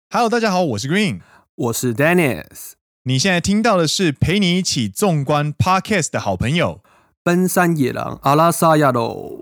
Hello， 大家好，我是 Green， 我是 Dennis。 你现在听到的是陪你一起纵观 Podcast 的好朋友奔山野狼阿拉萨亚喽！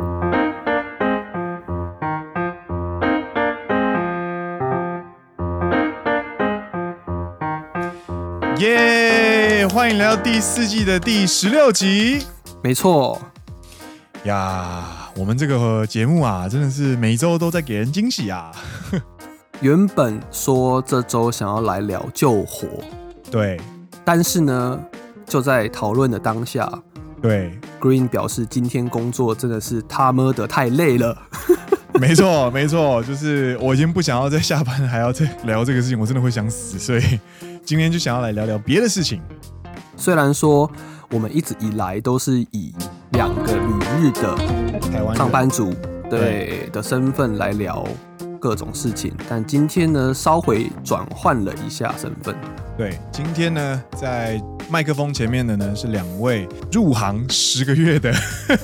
耶！欢迎来到第4季的第16集。 没错呀，我们这个节目啊，真的是每周都在给人惊喜啊。 原本说这周想要来聊救火， 对， 但是呢，就在讨论的当下， 对 ，Green 表示今天工作真的是他妈的太累了。 没错，没错，就是我已经不想要再下班还要再聊这个事情，我真的会想死，所以今天就想要来聊聊别的事情。 虽然说我们一直以来都是以2个旅日的台湾上班族的身份来聊各种事情，但今天呢，稍微转换了一下身份。 对，今天呢，在麦克风前面的呢是2位入行10个月的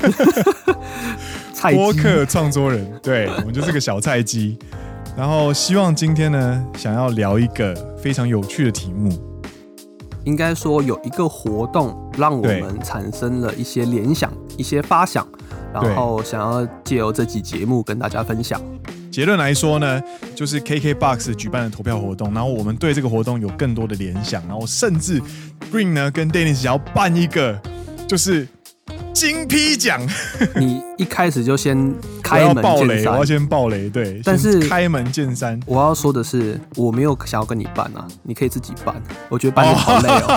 播客创作人，对，我们就是个小菜鸡。然后希望今天呢，想要聊一个非常有趣的题目。 应该说有一个活动让我们产生了一些联想、一些发想，然后想要借由这集节目跟大家分享。 结论来说呢，就是 KKBOX 举办的投票活动，然后我们对这个活动有更多的联想，然后甚至 Green 呢跟 Dennis 想要办一个就是金批奖。 你一开始就先开门见山， 我要先爆雷，对， 但是开门见山。 我要说的是，我没有想要跟你办啊，你可以自己办。我觉得办这个好累哦。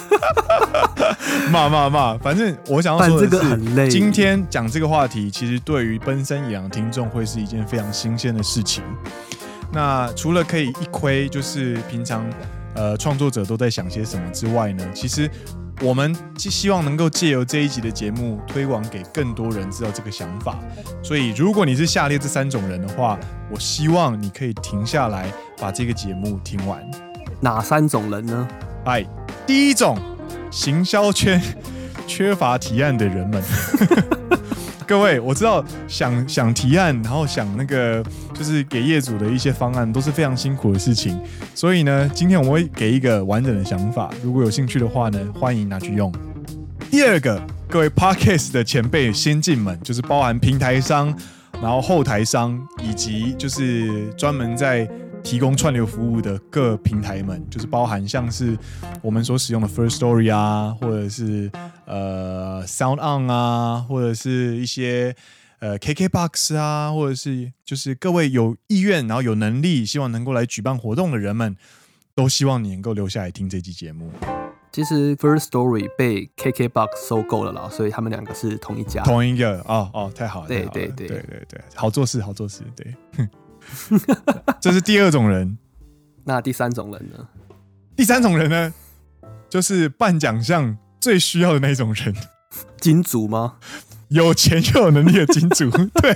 骂，反正我想要说的是， 办这个很累。 今天讲这个话题，其实对于奔山野狼听众会是一件非常新鲜的事情。那除了可以一窥就是平常创作者都在想些什么之外呢，其实我们希望能够借由这一集的节目推广给更多人知道这个想法。所以如果你是下列这3种人的话，我希望你可以停下来把这个节目听完。 哪3种人呢？ 第一种，行销圈缺乏提案的人们。各位，我知道想提案，然后想那个就是给业主的一些方案，都是非常辛苦的事情。所以呢，今天我们会给一个完整的想法，如果有兴趣的话呢，欢迎拿去用。第二个，各位 Podcast 的前辈先进们，就是包含平台商，然后后台商，以及就是专门在提供串流服务的各平台们，就是包含像是我们所使用的 First Story 啊，或者是Sound On 啊，或者是一些KKBOX 啊，或者是就是各位有意愿然后有能力希望能够来举办活动的人们，都希望你能够留下来听这期节目。 其实 First Story 被 KKBOX 收购了啦，所以他们2个是同一家。 同一个哦，太好了， 对， 好做事，对。这是第2种人。 那第3种人呢？ 第3种人呢，就是办奖项最需要的那种人。 金主吗？ 有钱又有能力的金主。对。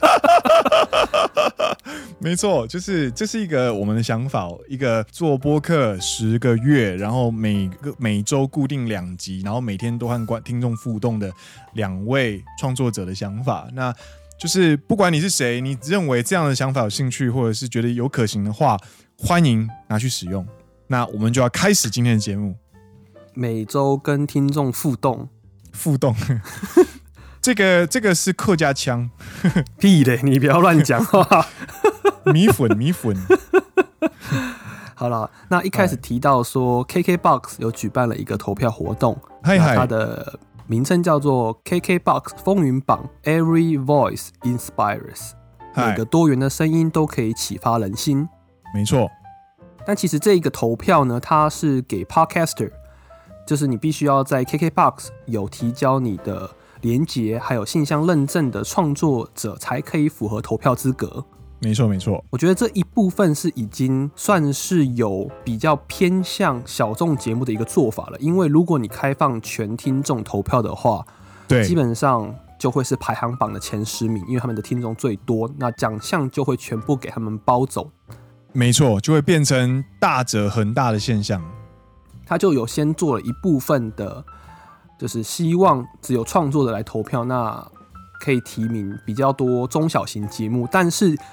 没错，就是这是一个我们的想法，一个做播客10个月，然后每周固定2集，然后每天都和听众互动的2位创作者的想法。那就是不管你是谁，你认为这样的想法有兴趣，或者是觉得有可行的话，欢迎拿去使用。那我们就要开始今天的节目。 每周跟听众互动。 这个是客家腔。 屁嘞，你不要乱讲话。 米粉。 好了，那一开始提到说 KKBOX 有举办了一个投票活动，它的名称叫做 KKBOX 风云榜 Every Voice Inspires， 每个多元的声音都可以启发人心。 没错。 但其实这一个投票呢，它是给 Podcaster， 就是你必须要在 KKBOX 有提交你的连结还有信箱认证的创作者才可以符合投票资格。 没错。 我觉得这一部分是已经算是有比较偏向小众节目的一个做法了，因为如果你开放全听众投票的话，对，基本上就会是排行榜的前10名，因为他们的听众最多，那奖项就会全部给他们包走。 没错，就会变成大者恒大的现象。 他就有先做了一部分的，就是希望只有创作者来投票，那可以提名比较多中小型节目，但是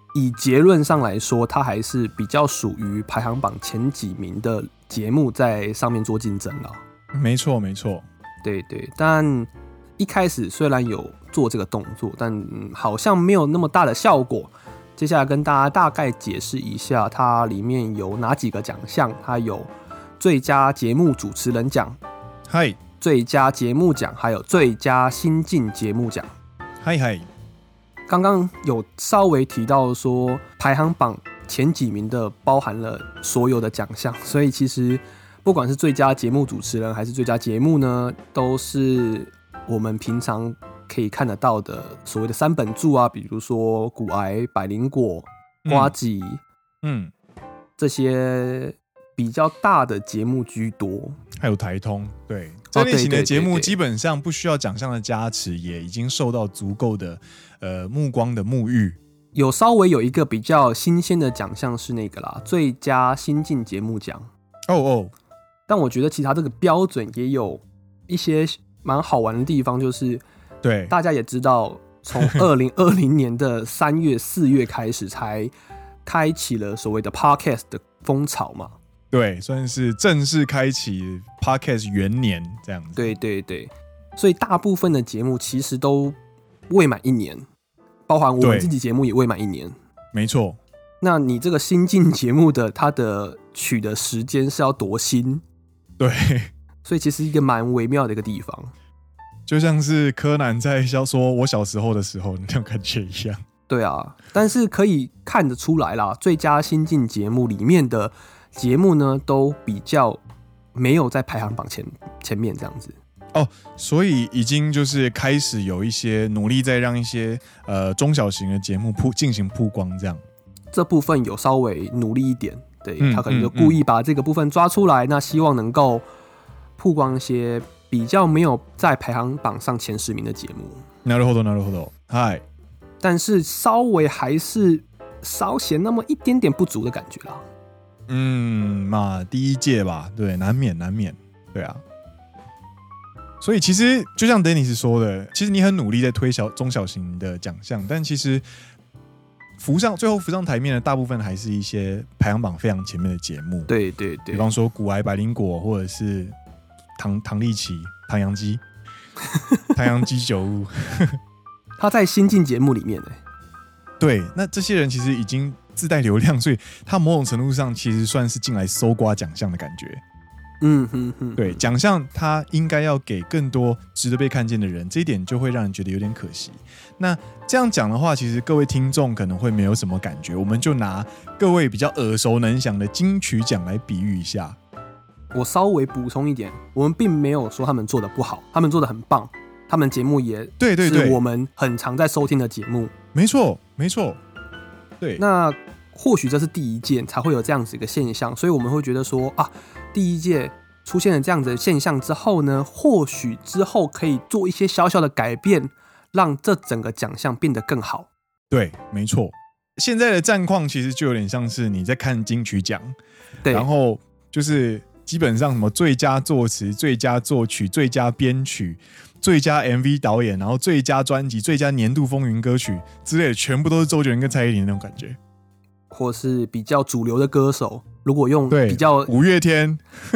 以结论上来说，它还是比较属于排行榜前几名的节目在上面做竞争啦。 没错，没错， 对对。但一开始虽然有做这个动作，但好像没有那么大的效果。接下来跟大家大概解释一下，它里面有哪几个奖项。它有最佳节目主持人奖， 嗨， 最佳节目奖，还有最佳新晋节目奖。 嗨嗨， 刚刚有稍微提到说，排行榜前几名的包含了所有的奖项，所以其实不管是最佳节目主持人还是最佳节目呢，都是我们平常可以看得到的所谓的三本柱啊，比如说股癌、百灵果、呱吉，这些比较大的节目居多， 还有台通，对，这类型的节目基本上不需要奖项的加持，也已经受到足够的目光的沐浴。 有稍微有一个比较新鲜的奖项是那个啦，最佳新晋节目奖。但我觉得其他这个标准也有一些蛮好玩的地方，就是对大家也知道，从2020年的3月、4月开始才开启了所谓的 Podcast 的风潮嘛。 对，算是正式开启 Podcast 元年这样子。 对对对，所以大部分的节目其实都未满1年，包含我们自己节目也未满1年。 没错。 那你这个新进节目的它的取的时间是要多新？ 对， 所以其实一个蛮微妙的一个地方， 就像是柯南在说我小时候的时候那种感觉一样。 对啊，但是可以看得出来啦，最佳新进节目里面的节目呢，都比较没有在排行榜前面这样子。 所以已经就是开始有一些努力在让一些中小型的节目进行曝光，这样。 这部分有稍微努力一点，对，他可能就故意把这个部分抓出来，那希望能够曝光一些比较没有在排行榜上前10名的节目。 なるほどなるほど，嗨。 但是稍微还是稍显那么一点点不足的感觉啦。 嘛，第一届吧，对，难免，对啊。所以其实就像 Dennis 说的，其实你很努力在推中小型的奖项，但其实最后浮上台面的大部分还是一些排行榜非常前面的节目。 对对对， 比方说股癌、百灵果，或者是唐立奇、唐扬鸡、唐扬鸡酒屋。 他在新进节目里面对，那这些人其实已经自带流量，所以他某种程度上其实算是进来搜刮奖项的感觉。对，奖项他应该要给更多值得被看见的人，这一点就会让人觉得有点可惜。那这样讲的话，其实各位听众可能会没有什么感觉，我们就拿各位比较耳熟能详的金曲奖来比喻一下。 我稍微补充一点，我们并没有说他们做的不好，他们做的很棒，他们节目也是我们很常在收听的节目。 没错，对。 那或许这是第一届才会有这样子一个现象，所以我们会觉得说啊，第一届出现了这样子的现象之后呢，或许之后可以做一些小小的改变，让这整个奖项变得更好。 对，没错。现在的战况其实就有点像是你在看金曲奖，对，然后就是基本上什么最佳作词、最佳作曲、最佳编曲、最佳 MV 导演，然后最佳专辑、最佳年度风云歌曲之类的，全部都是周杰伦跟蔡依林的那种感觉。 或是比较主流的歌手，如果用比较五月天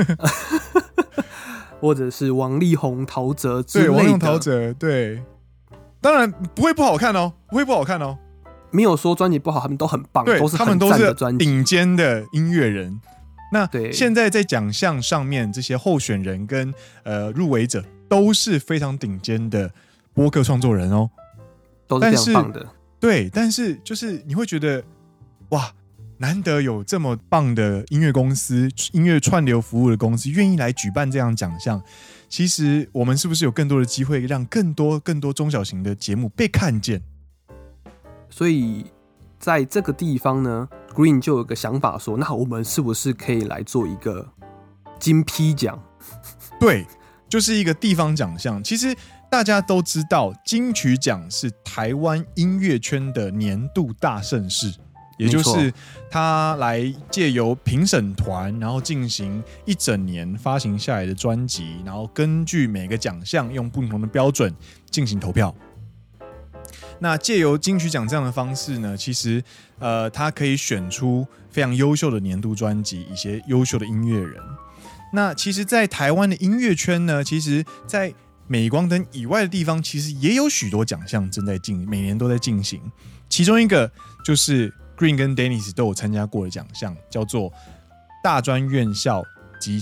或者是王力宏、陶喆之类的， 对，王力宏、陶喆，对，当然不会不好看哦， 没有说专辑不好，他们都很棒， 对， 都是很赞的专辑， 顶尖的音乐人。那现在在奖项上面，这些候选人跟入围者都是非常顶尖的播客创作人哦， 都是非常棒的。 对，但是就是你会觉得，哇，难得有这么棒的音乐公司、音乐串流服务的公司愿意来举办这样奖项，其实我们是不是有更多的机会让更多中小型的节目被看见？ 所以在这个地方呢 ，Green 就有个想法说，那我们是不是可以来做一个金批奖？ 对，就是一个地方奖项。其实大家都知道，金曲奖是台湾音乐圈的年度大盛事。也就是他来借由评审团，然后进行一整年发行下来的专辑，然后根据每个奖项用不同的标准进行投票。 那借由金曲奖这样的方式呢，其实它可以选出非常优秀的年度专辑，一些优秀的音乐人。那其实，在台湾的音乐圈呢，其实，在镁光灯以外的地方，其实也有许多奖项每年都在进行。其中一个就是 Green 跟 Dennis 都有参加过的奖项，叫做大专院校吉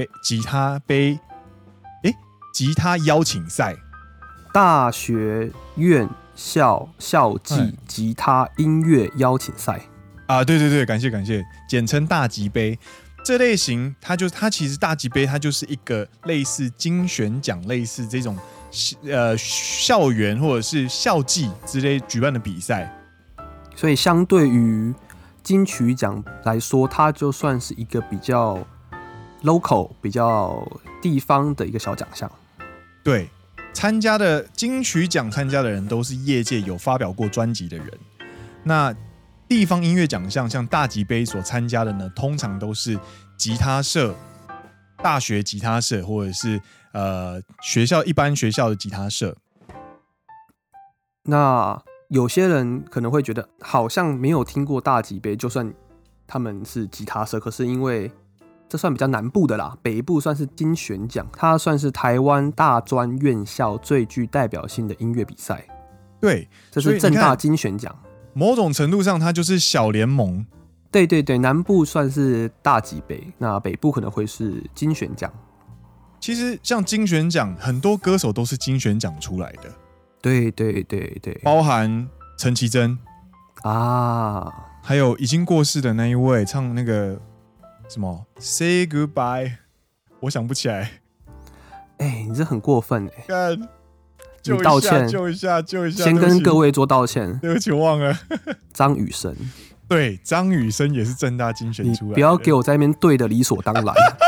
他邀请赛。 大学院校校际吉他音乐邀请赛啊，对对对，感谢，简称大吉杯。这类型它其实大吉杯它就是一个类似金选奖，类似这种校园或者是校际之类举办的比赛。 所以相对于金曲奖来说，它就算是一个比较 local、比较地方的一个小奖项。 对，金曲奖参加的人都是业界有发表过专辑的人。那地方音乐奖项像大吉杯所参加的呢，通常都是吉他社、大学吉他社或者是一般学校的吉他社。 那有些人可能会觉得好像没有听过大吉杯，就算他们是吉他社，可是因为这算比较南部的啦，北部算是金选奖，它算是台湾大专院校最具代表性的音乐比赛。 对， 这是政大金选奖。 某种程度上，它就是小联盟。 对对对，南部算是大吉杯，那北部可能会是金选奖。 其实像金选奖，很多歌手都是金选奖出来的。 对对对对， 包含陈绮贞啊， 还有已经过世的那一位唱那个什么 Say Goodbye， 我想不起来。 你这很过分你道歉， 救一下！ 先跟各位做道歉。 对不起，我忘了。 张雨生， 对，张雨生也是政大金选出来的。 你不要给我在那边对的理所当然。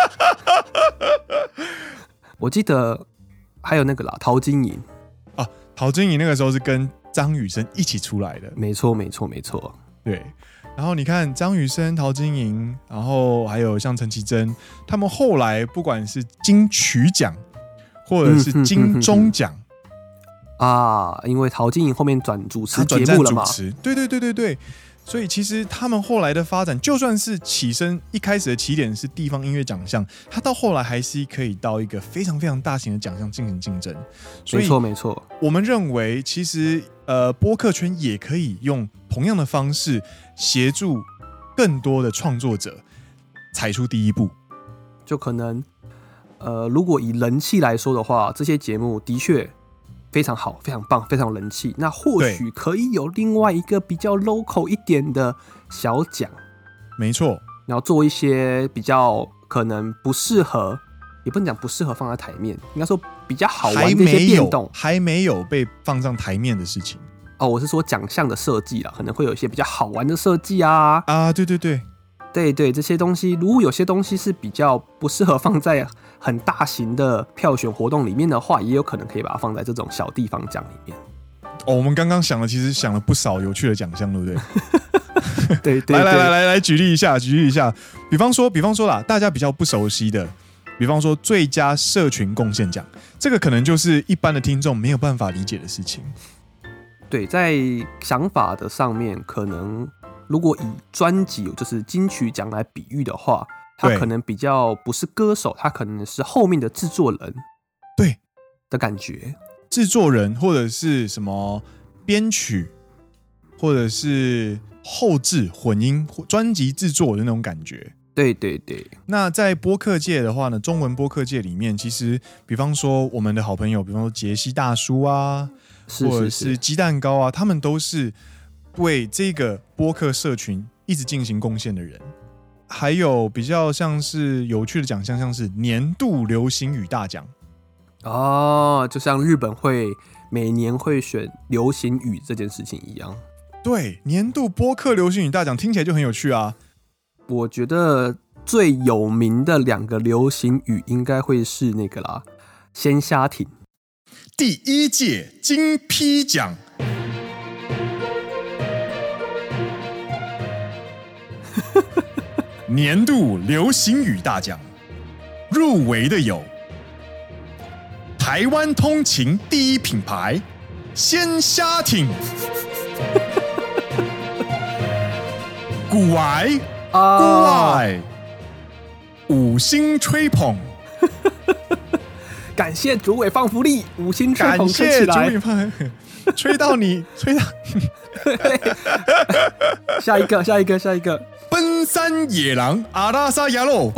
我记得还有那个啦，陶晶莹啊，陶晶莹那个时候是跟张雨生一起出来的。 没错。 对，然后你看张雨生、陶晶莹，然后还有像陈绮贞，他们后来不管是金曲奖或者是金钟奖。 因为陶晶莹后面转主持节目了嘛， 对，所以其实他们后来的发展，就算是一开始的起点是地方音乐奖项，他到后来还是可以到一个非常非常大型的奖项进行竞争。所以没错， 我们认为其实播客圈也可以用同样的方式协助更多的创作者踩出第一步。 就可能如果以人气来说的话，这些节目的确非常好，非常棒，非常有人气。那或许可以有另外一个比较 local 一点的小奖， 没错。 然后做一些比较可能不适合，也不能讲不适合放在台面，应该说比较好玩的一些变动， 还没有被放上台面的事情。 我是说奖项的设计啦，可能会有一些比较好玩的设计啊。对，这些东西，如果有些东西是比较不适合放在很大型的票选活动里面的话，也有可能可以把它放在这种小地方奖里面。 我们刚刚其实想了不少有趣的奖项，对不对？对， 来举例一下。比方说啦，大家比较不熟悉的，比方说最佳社群贡献奖，这个可能就是一般的听众没有办法理解的事情。 对，在想法的上面，可能如果以专辑就是金曲奖来比喻的话，他可能比较不是歌手，他可能是后面的制作人， 对的感觉。 制作人或者是什么编曲，或者是后制混音、专辑制作的那种感觉。 对。 那在播客界的话呢，中文播客界里面，其实比方说我们的好朋友，比方说杰西大叔啊，或者是鸡蛋糕啊，他们都是为这个播客社群一直进行贡献的人。还有比较像是有趣的奖项，像是年度流行语大奖。 就像日本每年会选流行语这件事情一样。 对，年度播客流行语大奖听起来就很有趣啊。 我觉得最有名的2个流行语应该会是那个啦，鲜虾艇第1届金批奖。年度流行语大奖入围的有台湾通勤第一品牌鲜虾艇，古癌孤爱，五星吹捧。 感谢主委放福利，5星吹捧， 感谢主委放，吹到你，吹到。 下一个。 奔山野狼阿拉萨亚洛，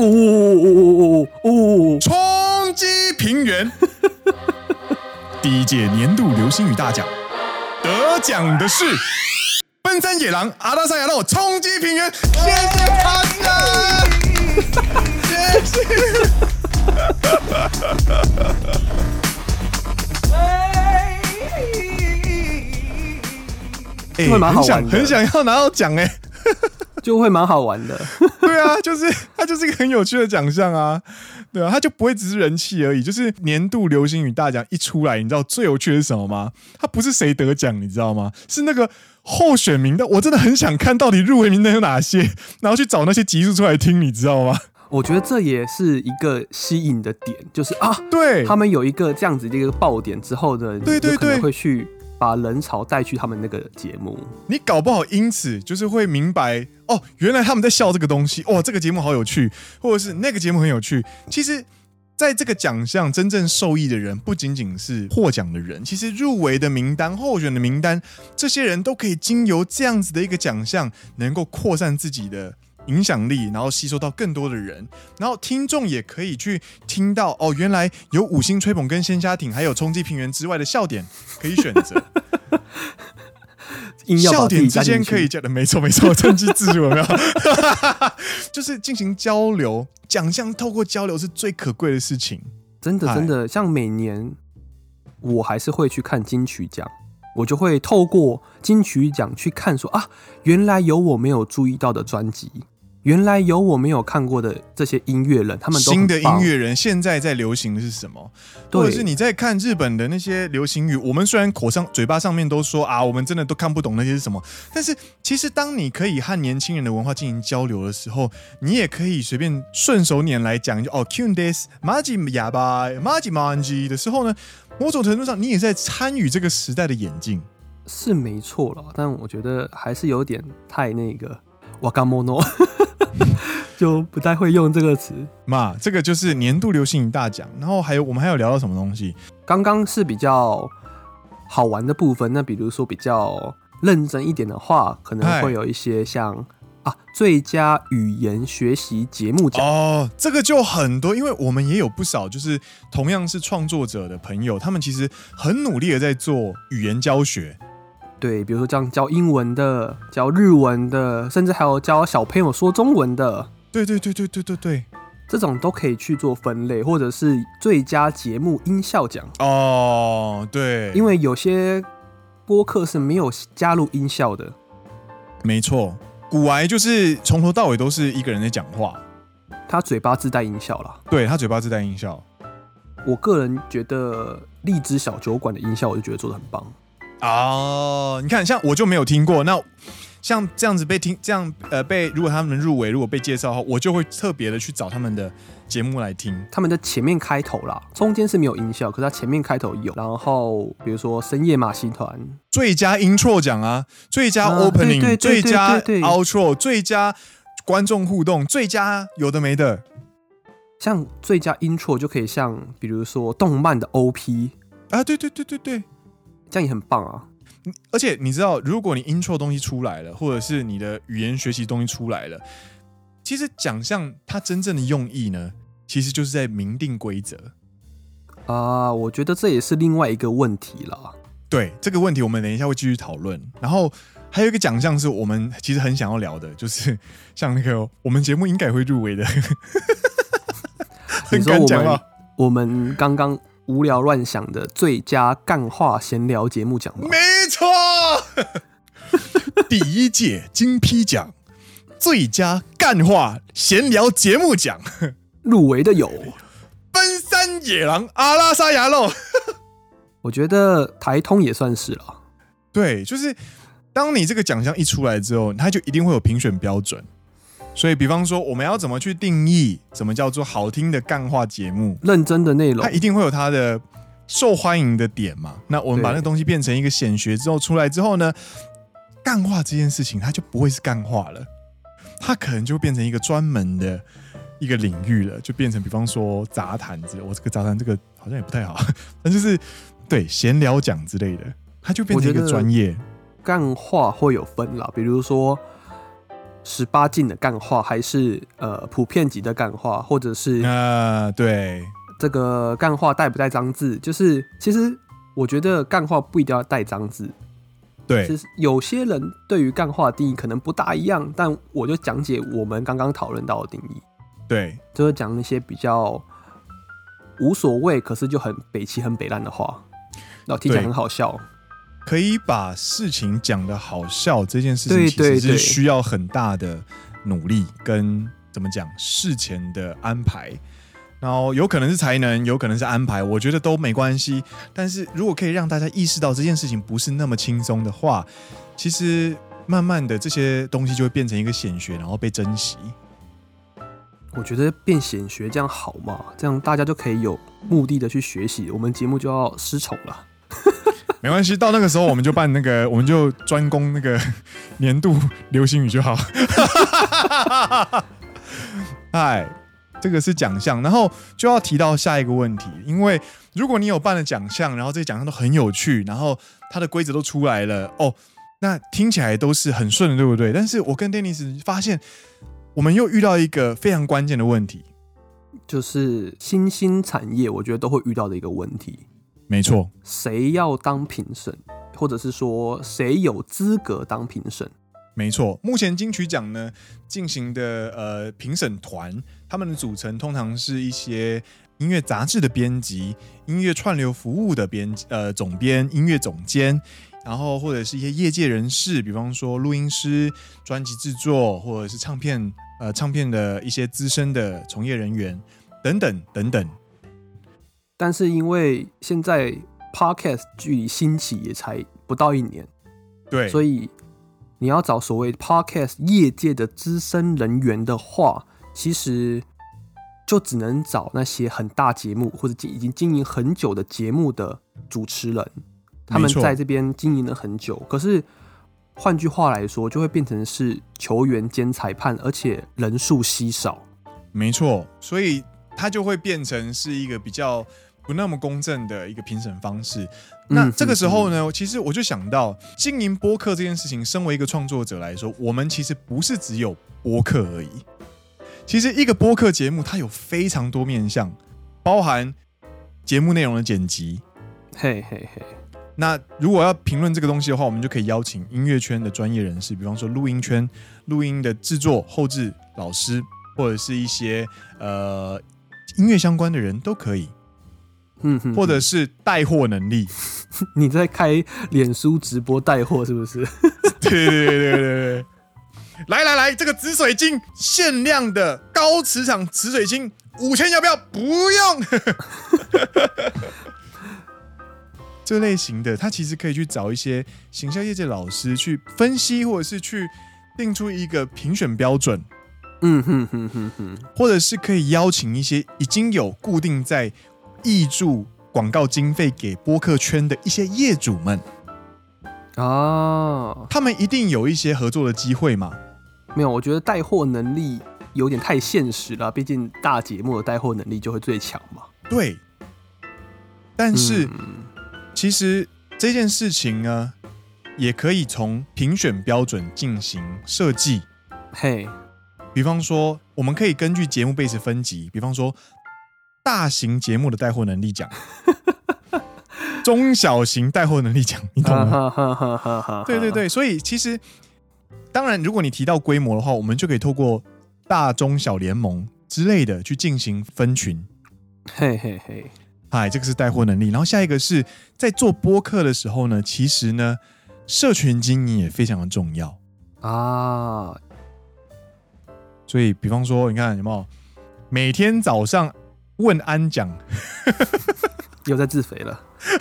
冲击平原。第一届年度流星雨大奖得奖的是奔山野狼阿拉萨亚洛冲击平原，谢谢大家，谢谢。 会蛮好玩的， 很想要拿到奖哎， 就会蛮好玩的。 对啊，它就是一个很有趣的奖项啊，对啊，它就不会只是人气而已。就是年度流星雨大奖一出来，你知道最有趣的是什么吗？它不是谁得奖，你知道吗？是那个候选名单，我真的很想看到底入围名单有哪些，然后去找那些集数出来听，你知道吗？ 我觉得这也是一个吸引的点，就是啊， 对， 他们有一个这样子的一个爆点之后呢， 对， 可能会去把人潮带去他们那个节目。 你搞不好因此就是会明白哦，原来他们在笑这个东西，哦，这个节目好有趣，或者是那个节目很有趣。其实，在这个奖项真正受益的人，不仅仅是获奖的人，其实入围的名单、候选的名单，这些人都可以经由这样子的一个奖项，能够扩散自己的影响力，然后吸收到更多的人，然后听众也可以去听到哦，原来有五星吹捧跟鲜虾艇，还有冲击平原之外的笑点可以选择。笑点之间可以讲的，没错，趁机自入有没有？就是进行交流，奖项透过交流是最可贵的事情。 真的，像每年我还是会去看金曲奖。我就会透过金曲奖去看说啊，原来有我没有注意到的专辑，原来有我没有看过的这些音乐人，他们都很棒。新的音乐人现在在流行的是什么？或者是你在看日本的那些流行语，我们虽然嘴巴上面都说啊，我们真的都看不懂那些是什么，但是其实当你可以和年轻人的文化进行交流的时候，你也可以随便顺手拈来讲哦 ，Q des Maji Yaba Maji Manji 的时候呢，某种程度上你也是在参与这个时代的演进， 是没错了。但我觉得还是有点太那个wakamono。就不太会用这个词嘛，这个就是年度流行语大奖。然后我们还有聊到什么东西？ 刚刚是比较好玩的部分，那比如说比较认真一点的话，可能会有一些像最佳语言学习节目奖哦，这个就很多，因为我们也有不少就是同样是创作者的朋友，他们其实很努力的在做语言教学。 对，比如说这样教英文的、教日文的，甚至还有教小朋友说中文的。 对， 这种都可以去做分类，或者是最佳节目音效奖。 哦，对， 因为有些播客是没有加入音效的。 没错，古癌就是从头到尾都是一个人在讲话， 他嘴巴自带音效啦。 对，他嘴巴自带音效。 我个人觉得荔枝小酒馆的音效，我就觉得做得很棒。 哦，你看，像我就没有听过，那像这样子被听，这样如果他们入围，如果被介绍后，我就会特别的去找他们的节目来听。 他们的前面开头啦，中间是没有音效，可是他前面开头有。然后比如说深夜马戏团最佳 intro 奖啊，最佳 opening，最佳 outro，最佳观众互动，最佳有的没的。 像最佳 intro 就可以像比如说动漫的 OP 啊，对， 这样也很棒啊。 而且你知道，如果你 intro 东西出来了，或者是你的语言学习东西出来了，其实奖项它真正的用意呢，其实就是在明定规则啊。我觉得这也是另外一个问题啦。 对，这个问题我们等一下会继续讨论。然后还有一个奖项是我们其实很想要聊的，就是像那个我们节目应该会入围的，很敢讲啊。 我们刚刚无聊乱想的最佳干话闲聊节目奖吧。 没错，第一届金批奖最佳干话闲聊节目奖入围的有奔山野狼阿拉萨亚肉。 我觉得台通也算是了。 对，就是当你这个奖项一出来之后，它就一定会有评选标准。所以比方说我们要怎么去定义什么叫做好听的干话节目， 认真的内容， 它一定会有它的受欢迎的点嘛。那我们把那个东西变成一个显学之后出来之后呢，干话这件事情它就不会是干话了，它可能就变成一个专门的一个领域了，就变成比方说杂谈之类。我这个杂谈这个好像也不太好，但就是对闲聊讲之类的，它就变成一个专业。 干话会有分啦，比如说18禁的干话，还是普遍级的干话，或者是对这个干话带不带脏字？就是其实我觉得干话不一定要带脏字。 对， 就是有些人对于干话的定义可能不大一样，但我就讲解我们刚刚讨论到的定义。 对， 就是讲一些比较无所谓，可是就很北七、很北烂的话，然后听起来很好笑。 可以把事情讲得好笑，这件事情其实是需要很大的努力跟怎么讲事前的安排，然后有可能是才能，有可能是安排，我觉得都没关系。但是如果可以让大家意识到这件事情不是那么轻松的话，其实慢慢的这些东西就会变成一个显学，然后被珍惜。 我觉得变显学这样好嘛？这样大家就可以有目的的去学习，我们节目就要失宠了。 没关系，到那个时候我们就办那个，我们就专攻那个年度流行语就好。哎，这个是奖项，然后就要提到下一个问题，因为如果你有办了奖项，然后这些奖项都很有趣，然后它的规则都出来了，哦，那听起来都是很顺的，对不对？但是我跟 Dennis 发现，我们又遇到一个非常关键的问题， 就是新兴产业，我觉得都会遇到的一个问题。 没错， 谁要当评审，或者是说谁有资格当评审？ 没错，目前金曲奖呢进行的评审团，他们的组成通常是一些音乐杂志的编辑、音乐串流服务的总编、音乐总监，然后或者是一些业界人士，比方说录音师、专辑制作，或者是唱片的一些资深的从业人员等等等等。 但是因为现在 Podcast 距离兴起也才不到1年， 对， 所以你要找所谓 Podcast 业界的资深人员的话，其实就只能找那些很大节目或者已经经营很久的节目的主持人，他们在这边经营了很久。可是换句话来说，就会变成是球员兼裁判，而且人数稀少。 没错，所以它就会变成是一个比较不那么公正的一个评审方式。那这个时候呢，其实我就想到经营播客这件事情，身为一个创作者来说，我们其实不是只有播客而已。其实一个播客节目它有非常多面向，包含节目内容的剪辑。 嘿嘿嘿。 那如果要评论这个东西的话，我们就可以邀请音乐圈的专业人士，比方说录音圈、录音的制作、后制老师，或者是一些音乐相关的人都可以。或者是带货能力。 你在开脸书直播带货是不是？ 对，来，这个紫水晶限量的高磁场紫水晶5000要不要？不用。这类型的，他其实可以去找一些行销业界老师去分析，或者是去定出一个评选标准。或者是可以邀请一些已经有固定在挹注广告经费给播客圈的一些业主们他们一定有一些合作的机会嘛？ 没有，我觉得带货能力有点太现实了，毕竟大节目的带货能力就会最强嘛。 对，但是其实这件事情呢，也可以从评选标准进行设计。 嘿， 比方说，我们可以根据节目base分级，比方说大型节目的带货能力奖，中小型带货能力奖，你懂吗？对，所以其实当然，如果你提到规模的话，我们就可以透过大中小联盟之类的去进行分群。 嘿嘿嘿， 嗨，这个是带货能力。然后下一个是在做播客的时候呢，其实呢，社群经营也非常的重要啊。所以，比方说，你看有没有每天早上问安讲， 又在自肥了。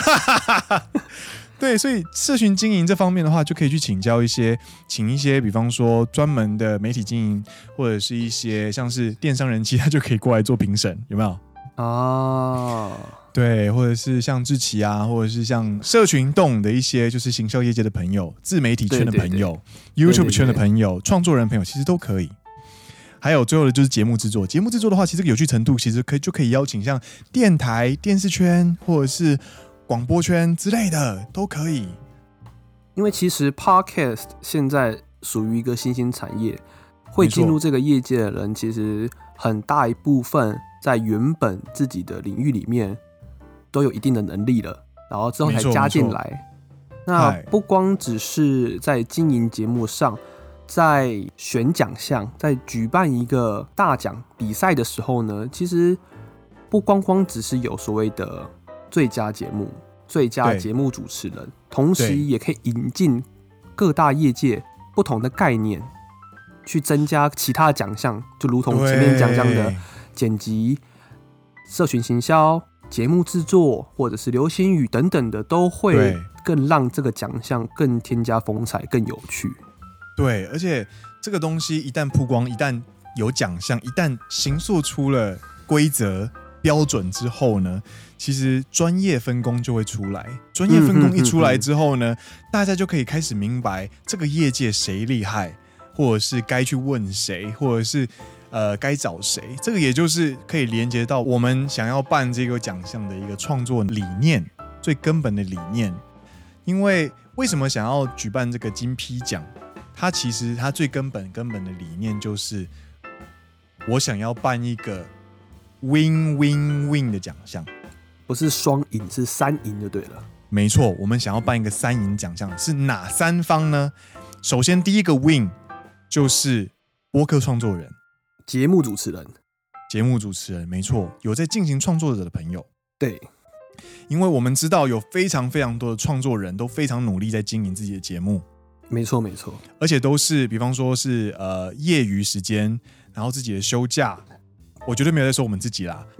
对，所以社群经营这方面的话，就可以去请一些，比方说专门的媒体经营，或者是一些像是电商人气，他就可以过来做评审，有没有？ 对，或者是像志祺啊，或者是像社群动的一些就是行销业界的朋友、自媒体圈的朋友、YouTube 圈的朋友、创作人朋友，其实都可以。还有最后的就是节目制作，节目制作的话，其实这个有趣程度其实就可以邀请像电台、电视圈或者是广播圈之类的都可以。 因为其实 Podcast 现在属于一个新兴产业，会进入这个业界的人，其实很大一部分在原本自己的领域里面都有一定的能力了，然后之后才加进来。那不光只是在经营节目上，在选奖项，在举办一个大奖比赛的时候呢，其实不光只是有所谓的最佳节目、最佳节目主持人，同时也可以引进各大业界不同的概念，去增加其他的奖项，就如同前面讲的剪辑、社群行销、节目制作，或者是流行语等等的，都会更让这个奖项更添加风采、更有趣。 对，而且这个东西一旦曝光，一旦有奖项，一旦形塑出了规则标准之后呢，其实专业分工就会出来。专业分工一出来之后呢，大家就可以开始明白这个业界谁厉害，或者是该去问谁，或者是该找谁。这个也就是可以连接到我们想要办这个奖项的一个创作理念，最根本的理念。因为什么想要举办这个金批奖？其实它最根本的理念就是，我想要办一个 win win win 的奖项， 不是双赢，是三赢就对了。 没错，我们想要办一个三赢奖项，是哪三方呢？首先，第一个 win 就是播客创作人、 节目主持人， 没错，有在进行创作者的朋友。 对， 因为我们知道有非常非常多的创作人都非常努力在经营自己的节目。 没错， 而且都是比方说是业余时间，然后自己的休假，我绝对没有在说我们自己啦。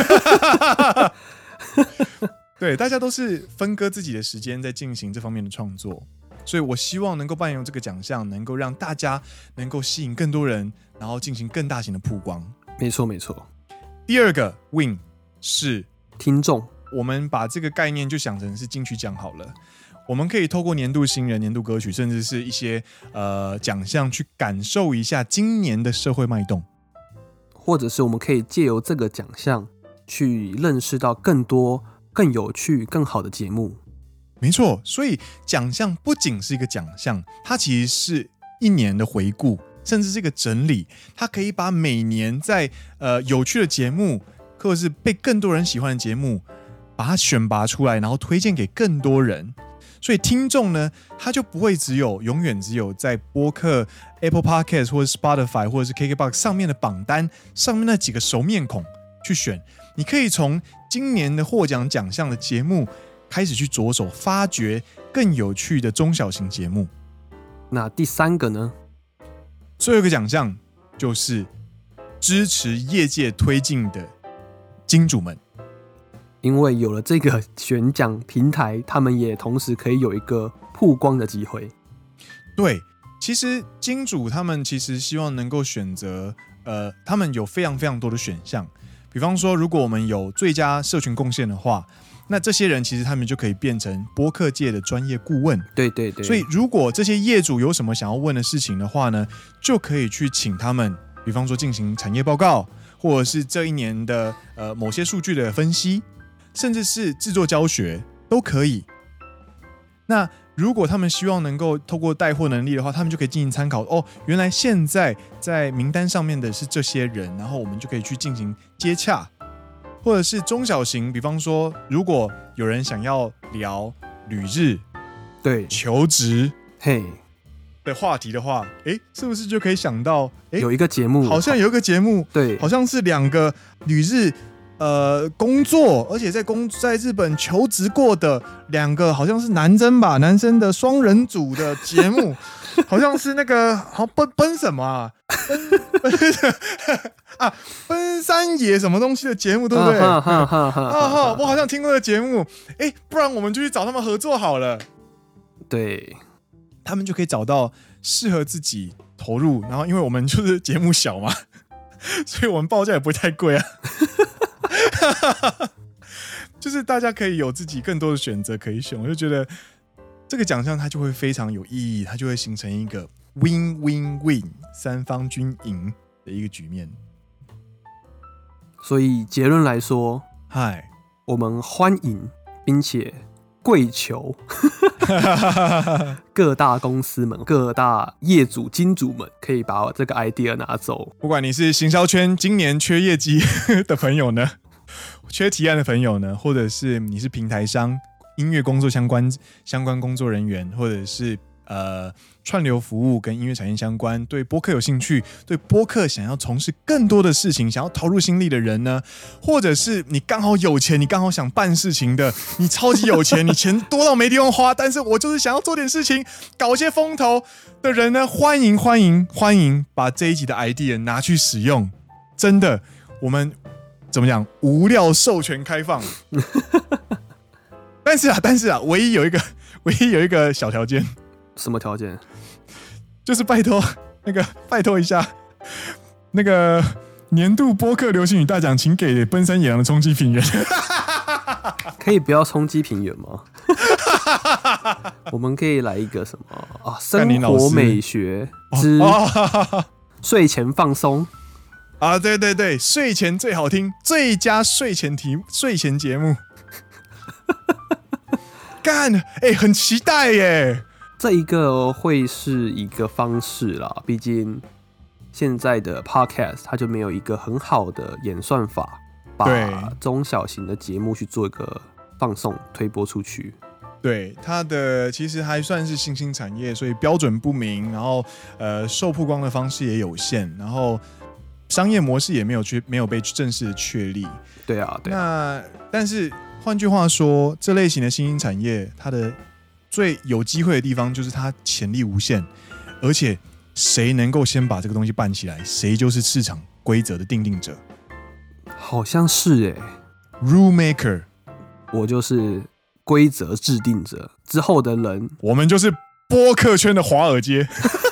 对，大家都是分割自己的时间在进行这方面的创作，所以我希望能够办有这个奖项，能够让大家能够吸引更多人，然后进行更大型的曝光。 没错。 第二个 win 是听众， 我们把这个概念就想成是金曲奖好了。我们可以透过年度新人、年度歌曲，甚至是一些奖项，去感受一下今年的社会脉动， 或者是我们可以借由这个奖项去认识到更多、更有趣、更好的节目。 没错，所以奖项不仅是一个奖项，它其实是一年的回顾，甚至是一个整理。它可以把每年在有趣的节目，或者是被更多人喜欢的节目，把它选拔出来，然后推荐给更多人。所以听众呢，他就不会永远只有在播客 Apple Podcast 或者 Spotify 或者是 KKBOX 上面的榜单上面那几个熟面孔去选，你可以从今年的获奖奖项的节目开始去着手发掘更有趣的中小型节目。 那第三个呢？ 最后一个奖项就是支持业界推进的金主们。 因为有了这个选奖平台，他们也同时可以有一个曝光的机会。 对，其实金主他们其实希望能够选择，他们有非常非常多的选项。比方说，如果我们有最佳社群贡献的话，那这些人其实他们就可以变成播客界的专业顾问。 对。 所以，如果这些业主有什么想要问的事情的话呢，就可以去请他们，比方说进行产业报告，或者是这一年的某些数据的分析。甚至是制作教学都可以。那如果他们希望能够透过带货能力的话，他们就可以进行参考。原来现在在名单上面的是这些人，然后我们就可以去进行接洽。或者是中小型，比方说，如果有人想要聊旅日、 对求职的话题的话，是不是就可以想到， 有一个节目， 好像有一个节目， 对， 好像是两个旅日。工作，而且在日本求职过的两个，好像是男生的双人组的节目，好像是那个奔什么啊？奔山野什么东西的节目，对不对？我好像听过的节目，不然我们就去找他们合作好了。 对， 他们就可以找到适合自己投入，然后因为我们就是节目小嘛，所以我们报价也不会太贵啊。 就是大家可以有自己更多的选择可以选，我就觉得这个奖项它就会非常有意义，它就会形成一个 win-win-win 三方均赢的一个局面。 所以结论来说， 嗨， 我们欢迎并且跪求各大公司们、各大业主金主们，可以把这个 idea 拿走。 不管你是行销圈今年缺业绩的朋友呢，缺提案的朋友呢，或者是你是平台商、音乐工作相关工作人员，或者是串流服务跟音乐产业相关，对播客有兴趣，对播客想要从事更多的事情，想要投入心力的人呢，或者是你刚好有钱，你刚好想办事情的，你超级有钱，你钱多到没地方花，但是我就是想要做点事情，搞一些风投的人呢，欢迎把这一集的 idea 拿去使用，真的，我们怎么讲，无料授权开放。但是啊，唯一有一个小条件。 什么条件？ 就是拜托一下，那个年度播客流行语大奖，请给奔山野狼的冲击评员。 可以不要冲击评员吗？我们可以来一个什么啊？生活美学之睡前放松啊！对对对，睡前最好听，最佳睡前节目。干，很期待耶！ 这一个会是一个方式啦，毕竟现在的 podcast 它就没有一个很好的演算法，把中小型的节目去做一个放送推播出去。 对，它的其实还算是新兴产业，所以标准不明，然后受曝光的方式也有限，然后商业模式也没有被正式的确立。 对啊。 那但是换句话说，这类型的新兴产业，它的最有机会的地方就是它潜力无限，而且谁能够先把这个东西办起来，谁就是市场规则的订定者。 好像是 rule maker， 我就是规则制定者，之后的人， 我们就是播客圈的华尔街。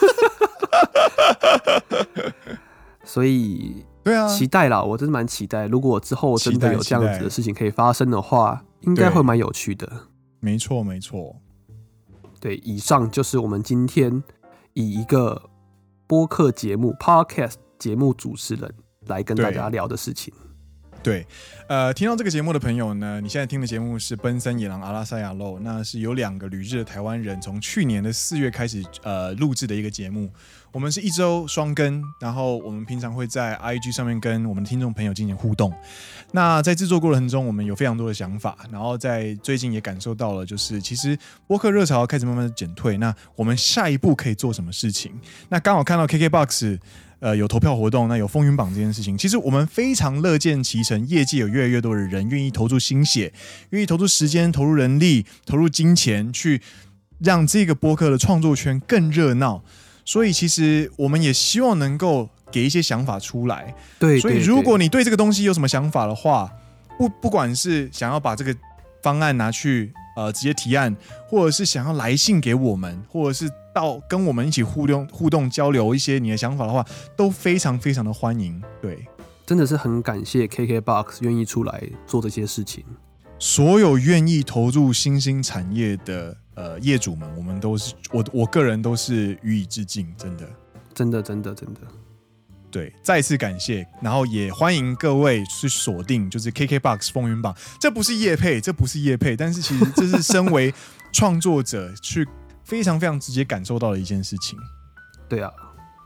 所以对啊， 期待啦，我真的蛮期待。如果之后真的有这样子的事情可以发生的话，应该会蛮有趣的。 没错。 对，以上就是我们今天以一个播客节目 podcast 节目主持人来跟大家聊的事情。 对，听到这个节目的朋友呢，你现在听的节目是奔山野狼阿拉萨亚肉，那是有2个旅日的台湾人从去年的4月开始录制的一个节目。我们是1周双更，然后我们平常会在 IG 上面跟我们的听众朋友进行互动。那在制作过程中，我们有非常多的想法，然后在最近也感受到了，就是其实播客热潮开始慢慢的减退，那我们下一步可以做什么事情？那刚好看到 KKBOX。有投票活动，那有风云榜这件事情，其实我们非常乐见其成，业界有越来越多的人愿意投注心血，愿意投注时间、投入人力、投入金钱，去让这个播客的创作圈更热闹。所以其实我们也希望能够给一些想法出来。 对， 所以如果你对这个东西有什么想法的话，不管是想要把这个方案拿去直接提案，或者是想要来信给我们，或者是到跟我们一起互动交流一些你的想法的话，都非常非常的欢迎。对， 真的是很感谢 KKBOX 愿意出来做这些事情。 所有愿意投入新兴产业的业主们，我们都是我个人都是予以致敬，真的。对，再次感谢，然后也欢迎各位去锁定，就是 KKBOX 风云榜。这不是业配，但是其实这是身为创作者去非常非常直接感受到的一件事情。 对啊。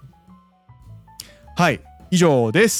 嗨，以上です。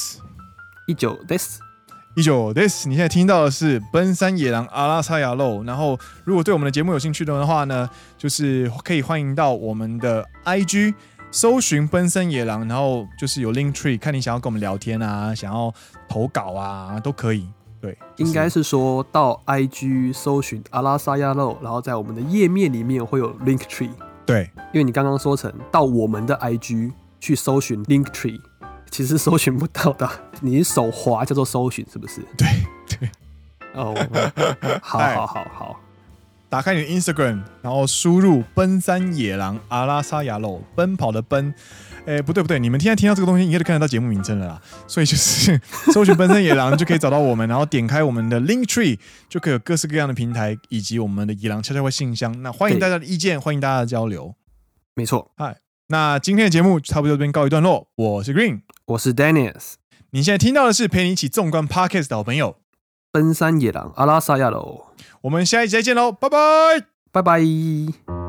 你现在听到的是奔山野狼阿拉萨亚肉。然后，如果对我们的节目有兴趣的话呢，就是可以欢迎到我们的 IG。搜寻奔山野狼，然后就是有 Linktree， 看你想要跟我们聊天啊，想要投稿啊，都可以。对， 应该是说到 IG 搜寻阿拉萨亚肉，然后在我们的页面里面会有 Linktree。 对， 因为你刚刚说成到我们的 IG 去搜寻 Linktree， 其实搜寻不到的，你手滑叫做搜寻，是不是？ 对。 哦，好。 打开你的 Instagram， 然后输入奔山野狼阿拉萨亚肉，奔跑的奔。不对，你们现在听到这个东西，应该就看得到节目名称了啦。所以就是搜寻奔山野狼就可以找到我们，然后点开我们的 Linktree， 就可以有各式各样的平台，以及我们的野狼悄悄话信箱。那欢迎大家的意见，欢迎大家的交流。 没错， 嗨，那今天的节目差不多这边告一段落。我是 Green， 我是 Dennis。你现在听到的是陪你一起纵观 Podcast 的好朋友奔山野狼阿拉萨亚肉。 我们下一集再见喽，拜拜， 拜拜。